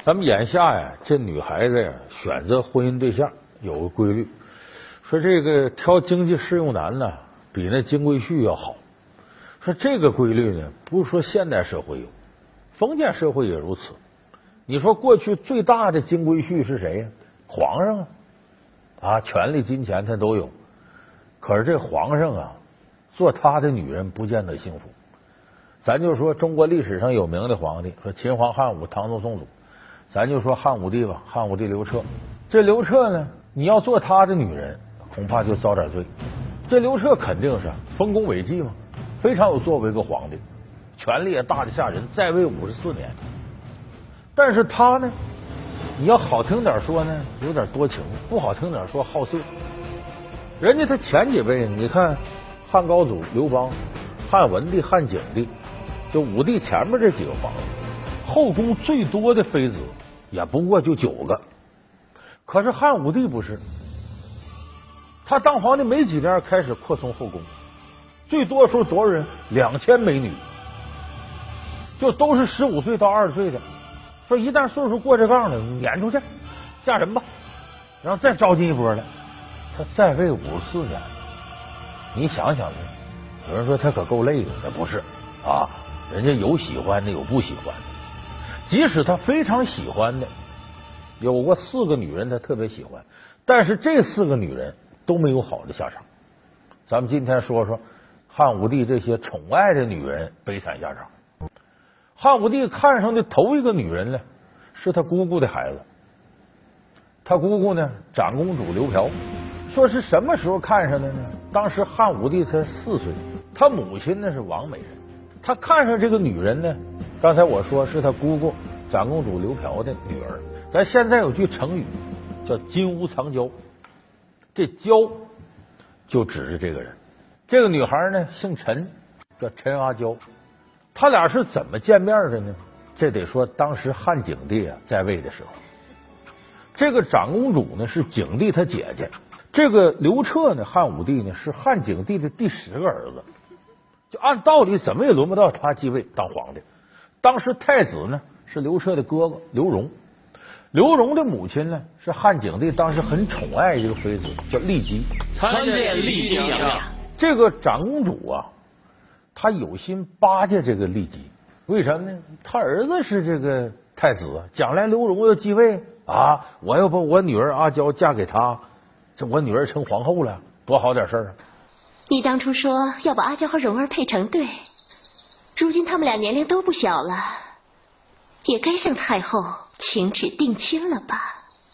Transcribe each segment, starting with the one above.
咱们眼下呀，这女孩子呀选择婚姻对象有个规律，说这个挑经济适用男呢，比那金龟婿要好。说这个规律呢，不是说现代社会有，封建社会也如此。你说过去最大的金龟婿是谁呀？皇上啊，权力、金钱他都有。可是这皇上啊，做他的女人不见得幸福。咱就说中国历史上有名的皇帝，说秦皇汉武、唐宗宋祖。咱就说汉武帝吧，汉武帝刘彻。这刘彻呢，你要做他的女人，恐怕就遭点罪。这刘彻肯定是丰功伟绩嘛，非常有作为一个皇帝，权力也大的吓人，在位54年。但是他呢，你要好听点说呢，有点多情；不好听点说好色。人家他前几辈，你看汉高祖刘邦、汉文帝、汉景帝，就武帝前面这几个皇帝，后宫最多的妃子也不过就9个。可是汉武帝不是，他当皇帝没几年开始扩充后宫，最多时候多少人？2000美女，就都是15岁到20岁的。说一旦岁数过这杠了，撵出去嫁人吧，然后再招进一波来。他在位54年，你想想，有人说他可够累的，那不是啊？人家有喜欢的，有不喜欢的。即使他非常喜欢的，有过4个女人，他特别喜欢，但是这4个女人都没有好的下场。咱们今天说说汉武帝这些宠爱的女人悲惨下场。汉武帝看上的头一个女人呢，是他姑姑的孩子。他姑姑呢，长公主刘嫖。说是什么时候看上的呢？当时汉武帝才4岁，他母亲呢是王美人。他看上这个女人呢，刚才我说是他姑姑长公主刘嫖的女儿。咱现在有句成语叫金屋藏娇，这娇就指着这个人。这个女孩呢姓陈，叫陈阿娇。他俩是怎么见面的呢？这得说当时汉景帝啊在位的时候，这个长公主呢是景帝他姐姐，这个刘彻呢，汉武帝呢是汉景帝的第10个儿子，就按道理怎么也轮不到他继位当皇帝。当时太子呢是刘彻的哥哥刘荣，刘荣的母亲呢是汉景帝当时很宠爱一个妃子，叫骊姬。 参见骊姬娘娘。 这个长公主啊，她有心巴结这个骊姬，为什么呢？他儿子是这个太子，将来刘荣要继位啊，我要把我女儿阿娇嫁给他，这我女儿成皇后了，多好点事儿啊！ 你当初说要把阿娇和蓉儿配成对，如今他们俩年龄都不小了，也该向太后请旨定亲了吧？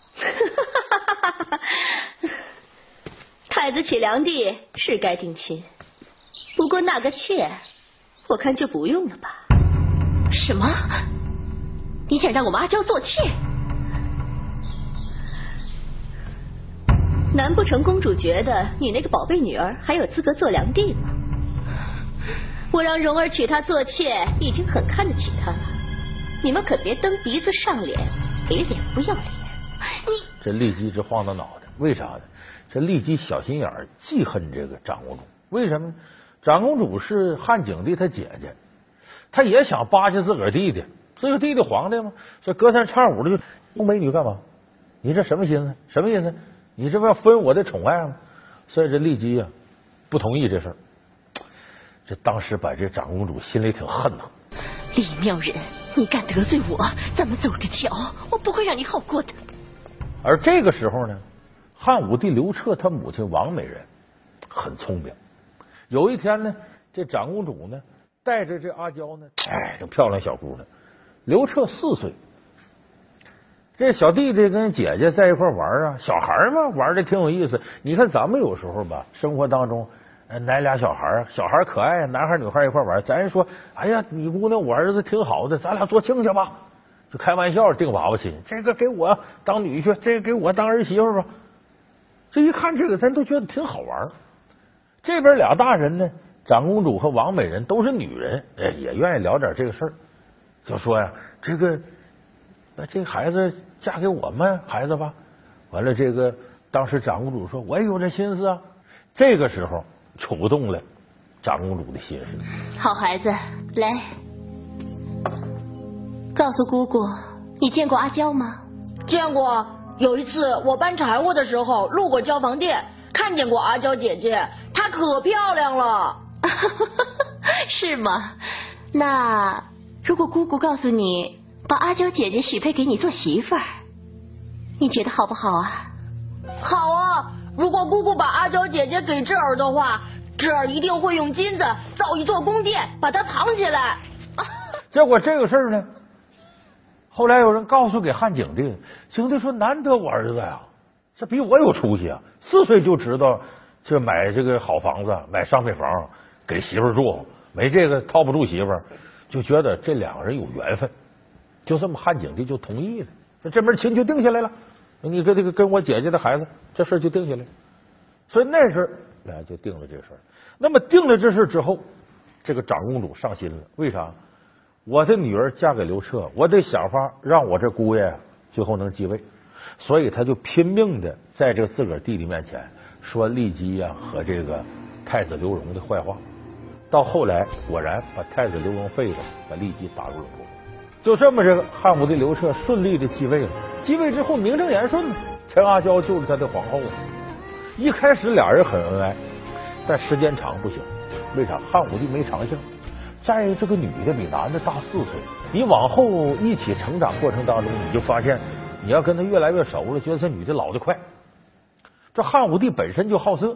太子娶良娣是该定亲，不过那个妾，我看就不用了吧。 什么？你想让我们阿娇做妾？ 难不成公主觉得你那个宝贝女儿还有资格做良娣吗？我让蓉儿娶她做妾，已经很看得起她了。你们可别蹬鼻子上脸，给脸不要脸。 这骊姬直晃荡脑袋，为啥呢？这骊姬小心眼儿，记恨这个长公主。为什么呢？长公主是汉景帝他姐姐，他也想巴结自个儿弟弟，自个儿弟弟皇帝嘛，这隔三差五的就弄美女干嘛？你这什么心思？什么意思？你这不要分我的宠爱吗？所以这骊姬啊不同意这事儿，这当时把这长公主心里挺恨呐。 李妙人，你敢得罪我，咱们走着瞧，我不会让你好过的。 而这个时候呢，汉武帝刘彻他母亲王美人很聪明。有一天呢，这长公主呢带着这阿娇呢，这漂亮小姑娘，刘彻4岁。这小弟弟跟姐姐在一块玩啊，小孩嘛，玩的挺有意思。你看咱们有时候吧，生活当中来俩小孩，小孩可爱，男孩女孩一块玩，咱说，哎呀，你姑娘我儿子挺好的，咱俩做亲去吧，就开玩笑定娃娃亲，这个给我当女婿，这个给我当儿媳妇吧。这一看这个，咱都觉得挺好玩。这边俩大人呢，长公主和王美人都是女人，也愿意聊点这个事儿，就说呀，这个孩子嫁给我们孩子吧。完了，这个当时长公主说，我也有这心思啊。这个时候触动了长公主的心事。 好孩子，来，告诉姑姑你见过阿娇吗？ 见过，有一次我搬柴火的时候路过交房店，看见过阿娇姐姐，她可漂亮了。 是吗？那如果姑姑告诉你把阿娇姐姐许配给你做媳妇儿，你觉得好不好啊？ 好啊，如果姑姑把阿娇姐姐给智儿的话，智儿一定会用金子造一座宫殿，把它藏起来。 结果这个事儿呢，后来有人告诉给汉景帝，景帝说难得我儿子呀，这比我有出息啊，4岁就知道这买这个好房子，买商品房给媳妇儿住，没这个套不住媳妇儿，就觉得这2个人有缘分，就这么汉景帝就同意了，说这门亲就定下来了，你跟我姐姐的孩子这事就定下来了，所以那时候俩就定了这事儿。那么定了这事之后，这个长公主上心了，为啥？我的女儿嫁给刘彻，我得想法让我这姑爷最后能继位，所以他就拼命的在这个自个儿弟弟面前说骊姬呀和这个太子刘荣的坏话。到后来果然把太子刘荣废了，把骊姬打入冷宫。就这么，这个汉武帝刘彻顺利的继位了。继位之后名正言顺，陈阿娇就是他的皇后。一开始俩人很恩爱，但时间长不行。为啥？汉武帝没长性。再一个，这个女的比男的大4岁，你往后一起成长过程当中，你就发现你要跟她越来越熟了，觉得这女的老得快。这汉武帝本身就好色，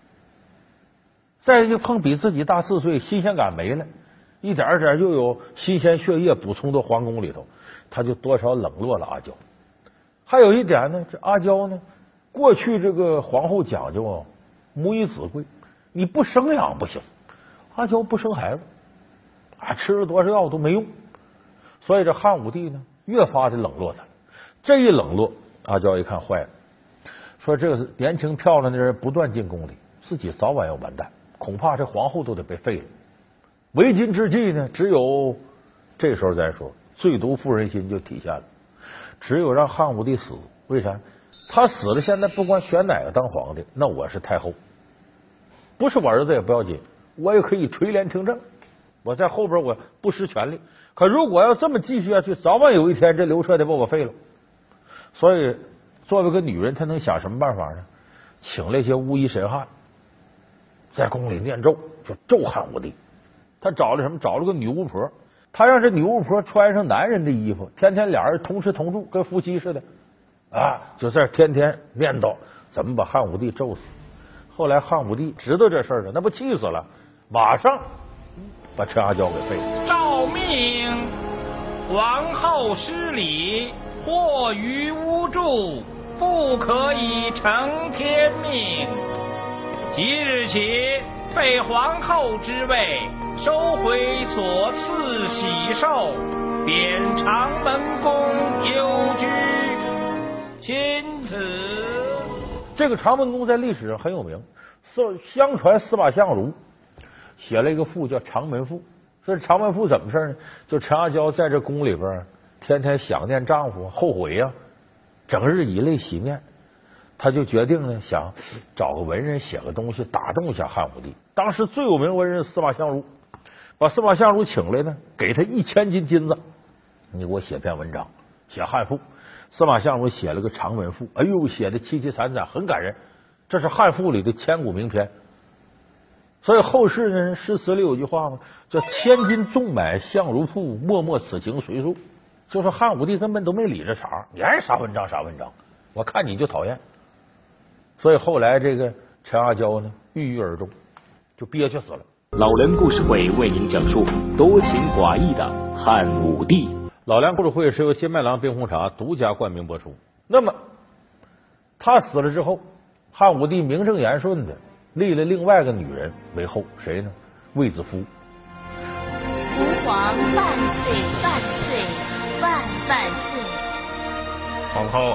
再就碰比自己大4岁，新鲜感没了，一点点又有新鲜血液补充到皇宫里头，他就多少冷落了阿娇。还有一点呢，这阿娇呢，过去这个皇后讲究啊，母以子贵，你不生养不行。阿娇不生孩子啊，吃了多少药都没用，所以这汉武帝呢越发的冷落他。这一冷落，阿娇一看坏了，说这个年轻漂亮的人不断进宫里，自己早晚要完蛋，恐怕这皇后都得被废了。为今之计呢，只有这时候再说，最毒妇人心就体现了，只有让汉武帝死。为啥？他死了，现在不管选哪个当皇帝，那我是太后，不是我儿子也不要紧，我也可以垂帘听政，我在后边我不失权力。可如果要这么继续下去，早晚有一天这刘彻得把我废了。所以作为个女人，她能想什么办法呢？请了一些巫医神汉，在宫里念咒，就咒汉武帝。他找了什么？找了个女巫婆，他让这女巫婆穿上男人的衣服，天天俩人同吃同住，跟夫妻似的啊，就在天天念叨怎么把汉武帝咒死。后来汉武帝知道这事儿了，那不气死了，马上把陈阿娇给废了。 诏命皇后失礼，或于巫祝，不可以承天命。即日起废皇后之位，收回所赐喜寿，贬长门宫幽居。钦此。 这个长门宫在历史上很有名，相传司马相如写了一个赋叫《长门赋》。说长门赋怎么事呢？就陈阿娇在这宫里边天天想念丈夫，后悔呀，整日以泪洗面。他就决定呢，想找个文人写个东西打动一下汉武帝。当时最有名文人司马相如，把司马相如请来呢，给他1000斤金子，你给我写篇文章，写汉赋。司马相如写了个长门赋，哎呦，写的凄凄惨惨，很感人。这是汉赋里的千古名篇。所以后世呢，诗词里有句话嘛，叫千金纵买相如赋，脉脉此情谁诉。就说汉武帝根本都没理这茬，你爱啥文章啥文章，我看你就讨厌。所以后来这个陈阿娇呢，郁郁而终，就憋屈死了。 老梁故事会为您讲述多情寡义的汉武帝。 老梁故事会是由金麦郎冰红茶独家冠名播出。那么他死了之后，汉武帝名正言顺的立了另外一个女人为后，谁呢？卫子夫。 吾皇万岁万岁万万岁！ 皇后，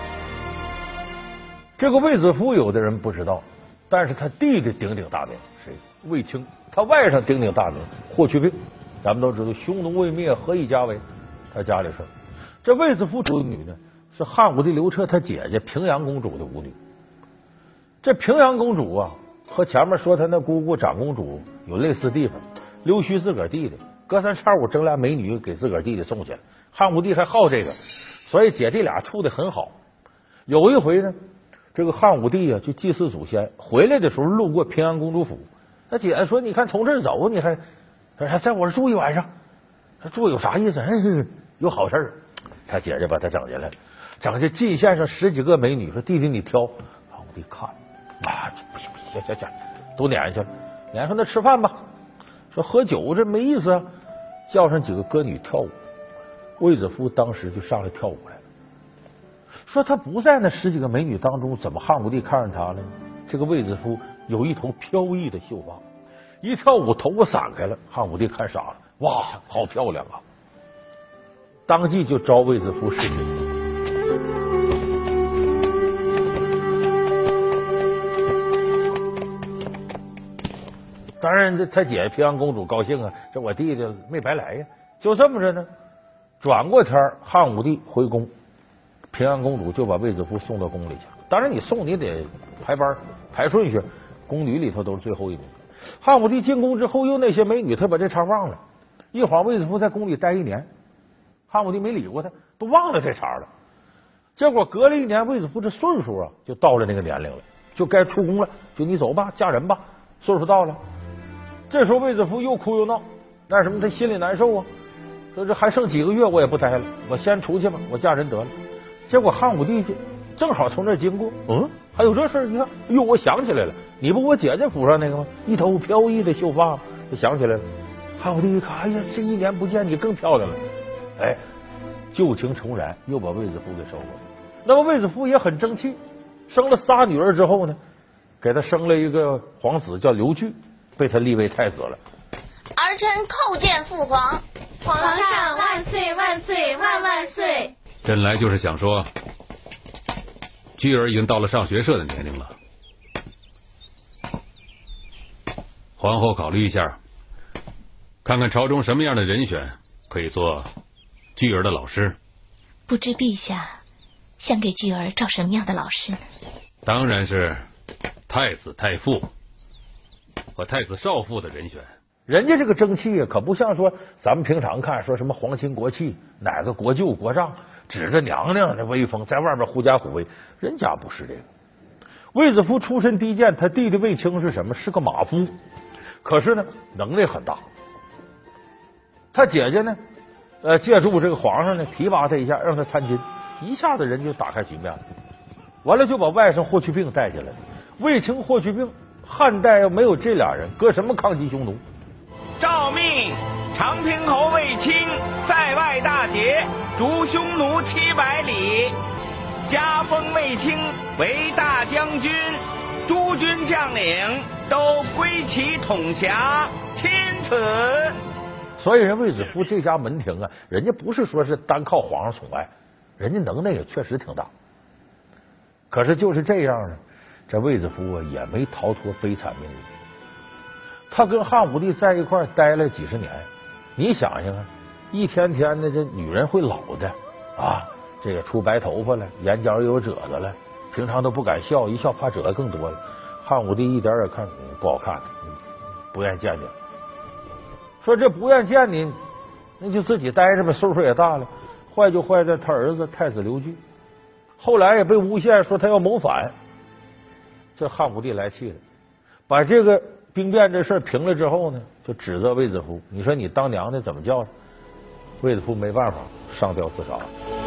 这个卫子夫有的人不知道，但是他弟弟鼎鼎大名，谁？卫青。他外甥鼎鼎大名霍去病，咱们都知道匈奴未灭，何以家为？他家里事。这卫子夫主女呢，是汉武帝刘彻他姐姐平阳公主的舞女。这平阳公主啊，和前面说他那姑姑长公主有类似地方。溜须自个儿弟弟，隔三差五整俩美女给自个儿弟弟送去了。汉武帝还好这个， 所以姐弟俩处得很好。有一回呢，这个汉武帝啊就祭祀祖先，回来的时候路过平安公主府，他姐姐说：“你看从这儿走，你还在我这住一晚上，住有啥意思？有好事儿。”他姐姐把他整进来了，整这进献上10几个美女，说：“弟弟你挑。”汉武帝看啊，不行，行，都撵下去了。撵说：“那吃饭吧。”说喝酒这没意思啊，叫上几个歌女跳舞。卫子夫当时就上来跳舞来了，说他不在那10几个美女当中，怎么汉武帝看上他了呢？这个卫子夫有一头飘逸的秀发，一跳舞头发散开了，汉武帝看傻了，哇，好漂亮啊！当即就招卫子夫侍寝。当然，这他姐平安公主高兴啊，这我弟弟没白来呀。就这么着呢，转过天汉武帝回宫，平安公主就把卫子夫送到宫里去。当然，你送你得排班排顺序，宫女里头都是最后一名。汉武帝进宫之后，又那些美女，他把这茬忘了。一晃卫子夫在宫里待1年，汉武帝没理过他，都忘了这茬了。结果隔了1年，卫子夫这岁数啊，就到了那个年龄了，就该出宫了，就你走吧，嫁人吧，岁数到了。这时候卫子夫又哭又闹，那什么他心里难受啊，说这还剩几个月我也不待了，我先出去吧，我嫁人得了。结果汉武帝就正好从这儿经过，还有这事儿，你看，哟，我想起来了，你不我姐姐府上那个吗？一头飘逸的秀发，就想起来了。汉武帝一看，哎呀，这1年不见你更漂亮了，哎，旧情重燃，又把卫子夫给收过来。那么卫子夫也很争气，生了仨女儿之后呢，给他生了一个皇子叫刘据，被他立为太子了。 儿臣叩见父皇， 皇上万岁万岁万万岁！ 朕来就是想说，巨儿已经到了上学社的年龄了，皇后考虑一下，看看朝中什么样的人选可以做巨儿的老师。 不知陛下想给巨儿找什么样的老师呢？ 当然是太子太傅和太子少傅的人选。 人家这个争气啊，可不像说咱们平常看说什么皇亲国戚，哪个国舅国丈指着娘娘的威风在外边狐假虎威，人家不是这个。卫子夫出身低贱，他弟弟卫青是什么？是个马夫，可是呢能力很大。他姐姐呢，借助这个皇上呢提拔他一下，让他参军，一下子人就打开局面了。完了就把外甥霍去病带进来了。卫青、霍去病，汉代要没有这俩人，搁什么抗击匈奴？ 诏命长平侯卫青塞外大捷，逐匈奴700里，加封卫青为大将军，诸军将领都归其统辖，钦此。 所以人卫子夫这家门庭啊，人家不是说是单靠皇上宠爱，人家能耐也确实挺大。可是就是这样呢，这卫子夫啊也没逃脱悲惨命运。他跟汉武帝在一块待了几十年，你想想啊，一天天的这女人会老的啊，这也出白头发了，眼角也有褶子了，平常都不敢笑，一笑怕褶子更多了。汉武帝一点也看不好看，不愿见你。说这不愿见你，那就自己待着呗，岁数也大了。坏就坏在他儿子太子刘据，后来也被诬陷说他要谋反。这汉武帝来气了，把这个兵变这事平了之后呢，就指责卫子夫，你说你当娘的怎么叫的？卫子夫没办法，上吊自杀。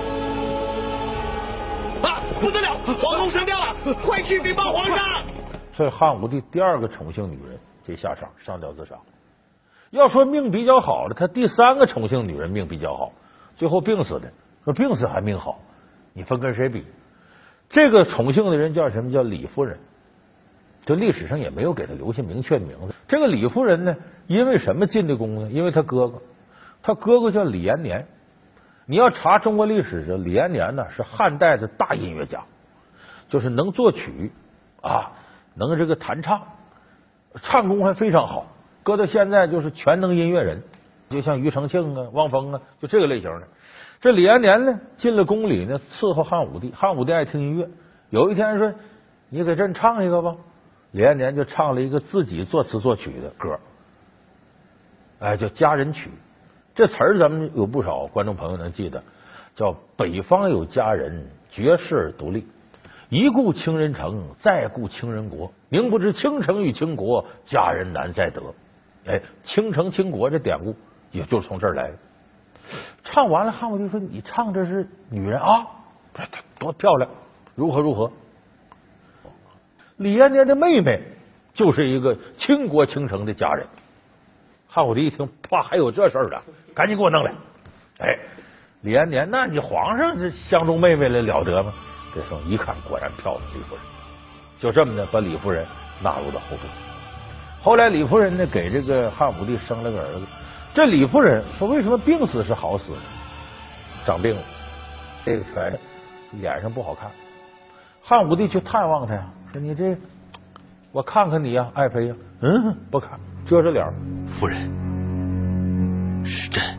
啊，不得了，皇后上吊了，快去禀报皇上！ 所以汉武帝第2个宠幸女人这下场上吊自杀。要说命比较好的，他第3个宠幸女人命比较好，最后病死的。说病死还命好，你分跟谁比？这个宠幸的人叫什么？叫李夫人。就历史上也没有给他留下明确的名字。这个李夫人呢，因为什么进的宫呢？因为他哥哥叫李延年。你要查中国历史上，李延年呢是汉代的大音乐家，就是能作曲啊，能这个弹唱，唱功还非常好。搁到现在就是全能音乐人，就像庾澄庆啊、汪峰啊，就这个类型的。这李延年呢进了宫里呢，伺候汉武帝。汉武帝爱听音乐，有一天说：“你给朕唱一个吧。”李延年就唱了一个自己作词作曲的歌，叫《佳人曲》。这词儿咱们有不少观众朋友能记得。 叫北方有佳人，绝世而独立。一顾倾人城，再顾倾人国。宁不知倾城与倾国，佳人难再得。哎，倾城倾国这典故也就是从这儿来的。唱完了，汉武帝说：“你唱这是女人啊，多漂亮，如何如何？”李延年的妹妹就是一个倾国倾城的佳人。汉武帝一听，啪，还有这事儿的，赶紧给我弄来。哎，李延年，那你皇上这相中妹妹了得吗？这时候一看，果然漂亮，李夫人。就这么的把李夫人纳入到后宫。后来李夫人呢，给这个汉武帝生了个儿子。这李夫人说，为什么病死是好死呢？长病了，这个全脸上不好看。汉武帝去探望他呀，说你这，我看看你呀，爱妃呀，不看，遮着脸。 夫人，是朕。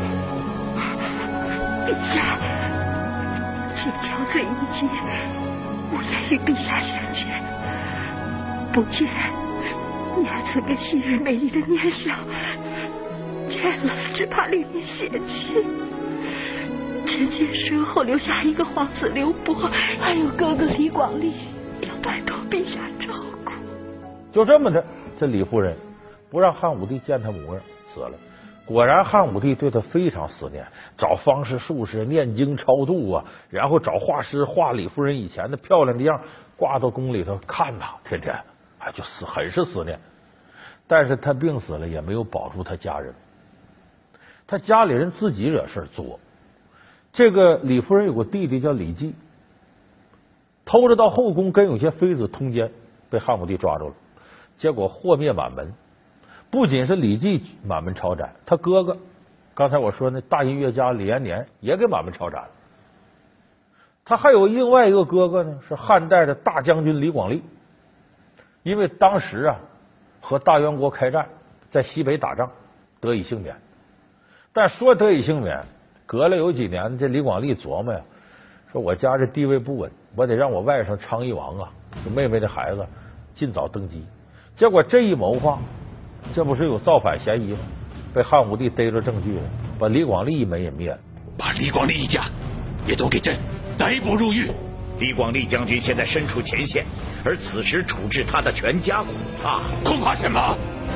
陛下，请憔悴一节，无言与陛下相见。不见你还存个昔日美丽的年少，见了只怕令你泄气。臣妾身后留下一个皇子刘伯，还有哥哥李广利，要拜托陛下照顾。 就这么的，这李夫人不让汉武帝见他模样，死了。果然汉武帝对他非常思念，找方士术士念经超度啊，然后找画师画李夫人以前的漂亮的样，挂到宫里头看他，天天就很是思念。但是他病死了，也没有保住他家人，他家里人自己惹事作。这个李夫人有个弟弟叫李绩，偷着到后宫跟有些妃子通奸，被汉武帝抓住了，结果祸灭满门。不仅是李绩满门抄斩，他哥哥刚才我说那大音乐家李延年也给满门抄斩了。他还有另外一个哥哥呢，是汉代的大将军李广利。因为当时和大元国开战，在西北打仗得以幸免。但说得以幸免，隔了有几年，这李广利琢磨呀，说我家这地位不稳，我得让我外甥昌邑王我妹妹的孩子尽早登基。结果这一谋划，这不是有造反嫌疑吗？被汉武帝逮着证据了，把李广利一门也灭了， 把李广利一家也都给朕逮捕入狱。 李广利将军现在身处前线，而此时处置他的全家， 恐怕什么？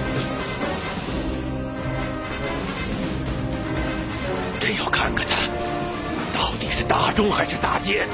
朕要看看他到底是大忠还是大奸，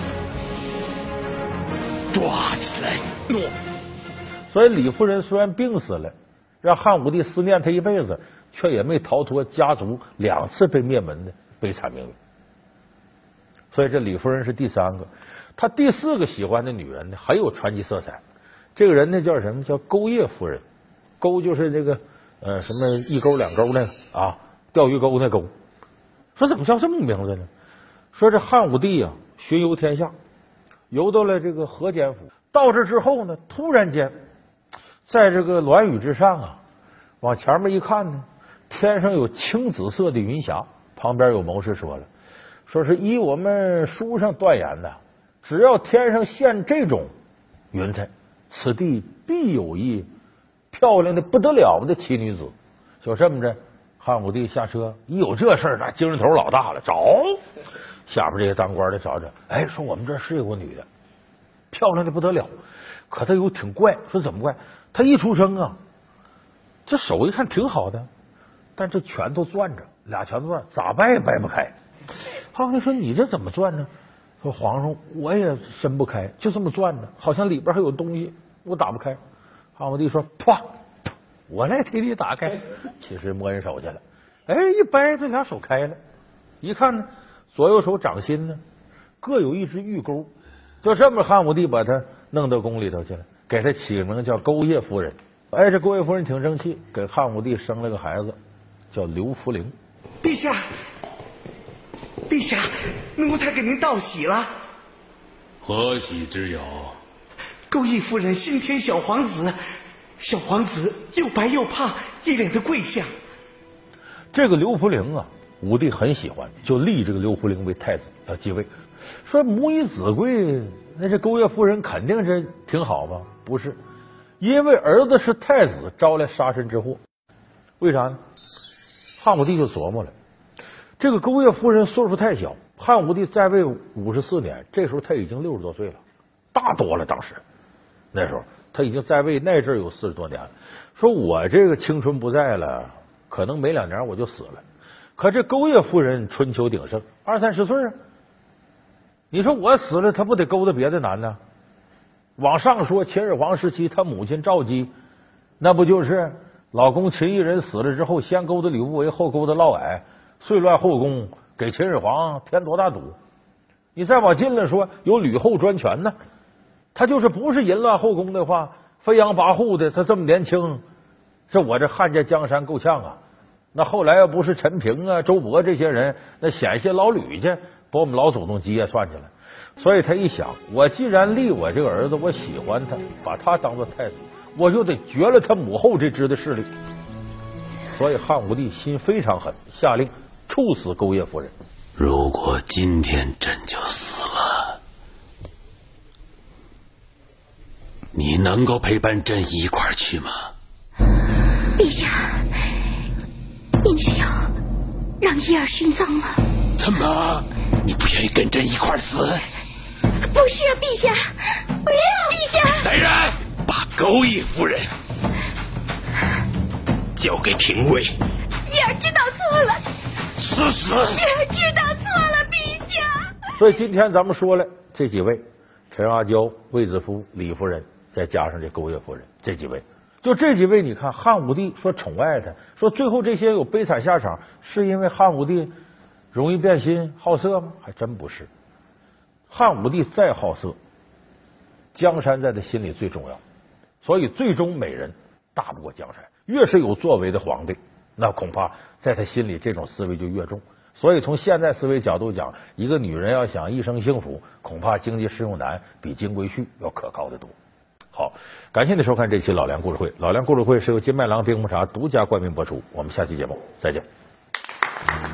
抓起来。 诺。 所以李夫人虽然病死了，让汉武帝思念他一辈子，却也没逃脱家族2次被灭门的悲惨命运。所以这李夫人是第3个。他第4个喜欢的女人呢，很有传奇色彩。这个人呢叫什么？叫钩叶夫人。钩就是这个什么一钩两钩那个钓鱼钩那钩。说怎么叫这么名字呢？说这汉武帝巡游天下，游到了这个河间府。到这之后呢，突然间在这个栾宇之上往前面一看呢，天上有青紫色的云霞。旁边有谋士说了，说是依我们书上断言的，只要天上现这种云彩，此地必有一漂亮的不得了的奇女子。就这么着，汉武帝下车，一有这事儿，那精神头老大了，找下边这些当官的找，说我们这是有个女的，漂亮的不得了，可她有挺怪。说怎么怪？她一出生这手一看挺好的，但这拳头攥着，2拳头攥，咋掰也掰不开。汉武帝说：“你这怎么攥呢？”说：“皇上，我也伸不开，就这么攥着，好像里边还有东西，我打不开。”汉武帝说：“啪，我来替你打开。”其实摸人手去了，一掰，这俩手开了。一看呢，左右手掌心呢各有一只玉钩。就这么，汉武帝把他弄到宫里头去了，给他起名叫钩叶夫人。这钩叶夫人挺争气，给汉武帝生了个孩子，叫刘弗陵。 陛下，陛下，奴才给您道喜了。 何喜之有？ 钩叶夫人新添小皇子，小皇子又白又胖，一脸的贵相。 这个刘弗陵武帝很喜欢，就立这个刘弗陵为太子，要继位。说母以子贵，那这钩叶夫人肯定是挺好吧？不是，因为儿子是太子，招来杀身之祸。为啥呢？汉武帝就琢磨了，这个钩叶夫人岁数太小， 汉武帝在位54年，这时候他已经60多岁了，大多了。当时那时候他已经在位那阵有40多年了。说我这个青春不在了，可能没2年我就死了。可这勾践夫人春秋鼎盛，20、30岁啊。你说我死了，他不得勾搭别的男的？往上说，秦始皇时期，他母亲赵姬，那不就是老公秦异人死了之后，先勾搭吕不韦，后勾搭嫪毐，遂乱后宫，给秦始皇添多大堵？你再往近了说，有吕后专权呢。他就是不是淫乱后宫的话，飞扬跋扈的，他这么年轻，这我这汉家江山够呛啊。那后来要不是陈平啊、周勃这些人，那险些老吕家把我们老祖宗基业算起来。所以他一想，我既然立我这个儿子，我喜欢他，把他当做太子，我就得绝了他母后这支的势力。所以汉武帝心非常狠，下令处死勾践夫人。 如果今天朕就死了，你能够陪伴朕一块儿去吗？ 陛下，您是要让伊儿殉葬吗？ 怎么，你不愿意跟朕一块儿死？ 不是啊，陛下，不要，陛下！ 来人，把勾弋夫人交给廷尉。 伊儿知道错了， 死死！ 伊儿知道错了，陛下。 所以今天咱们说了这几位，陈阿娇、卫子夫、李夫人，再加上这勾践夫人，这几位，就这几位，你看汉武帝说宠爱他，说最后这些有悲惨下场，是因为汉武帝容易变心好色吗？还真不是。汉武帝再好色，江山在他心里最重要，所以最终美人大不过江山。越是有作为的皇帝，那恐怕在他心里这种思维就越重。所以从现在思维角度讲，一个女人要想一生幸福，恐怕经济适用男比金龟婿要可靠得多。好，感谢您收看这期老梁故事会。老梁故事会是由金麦郎冰红茶独家冠名播出。我们下期节目再见。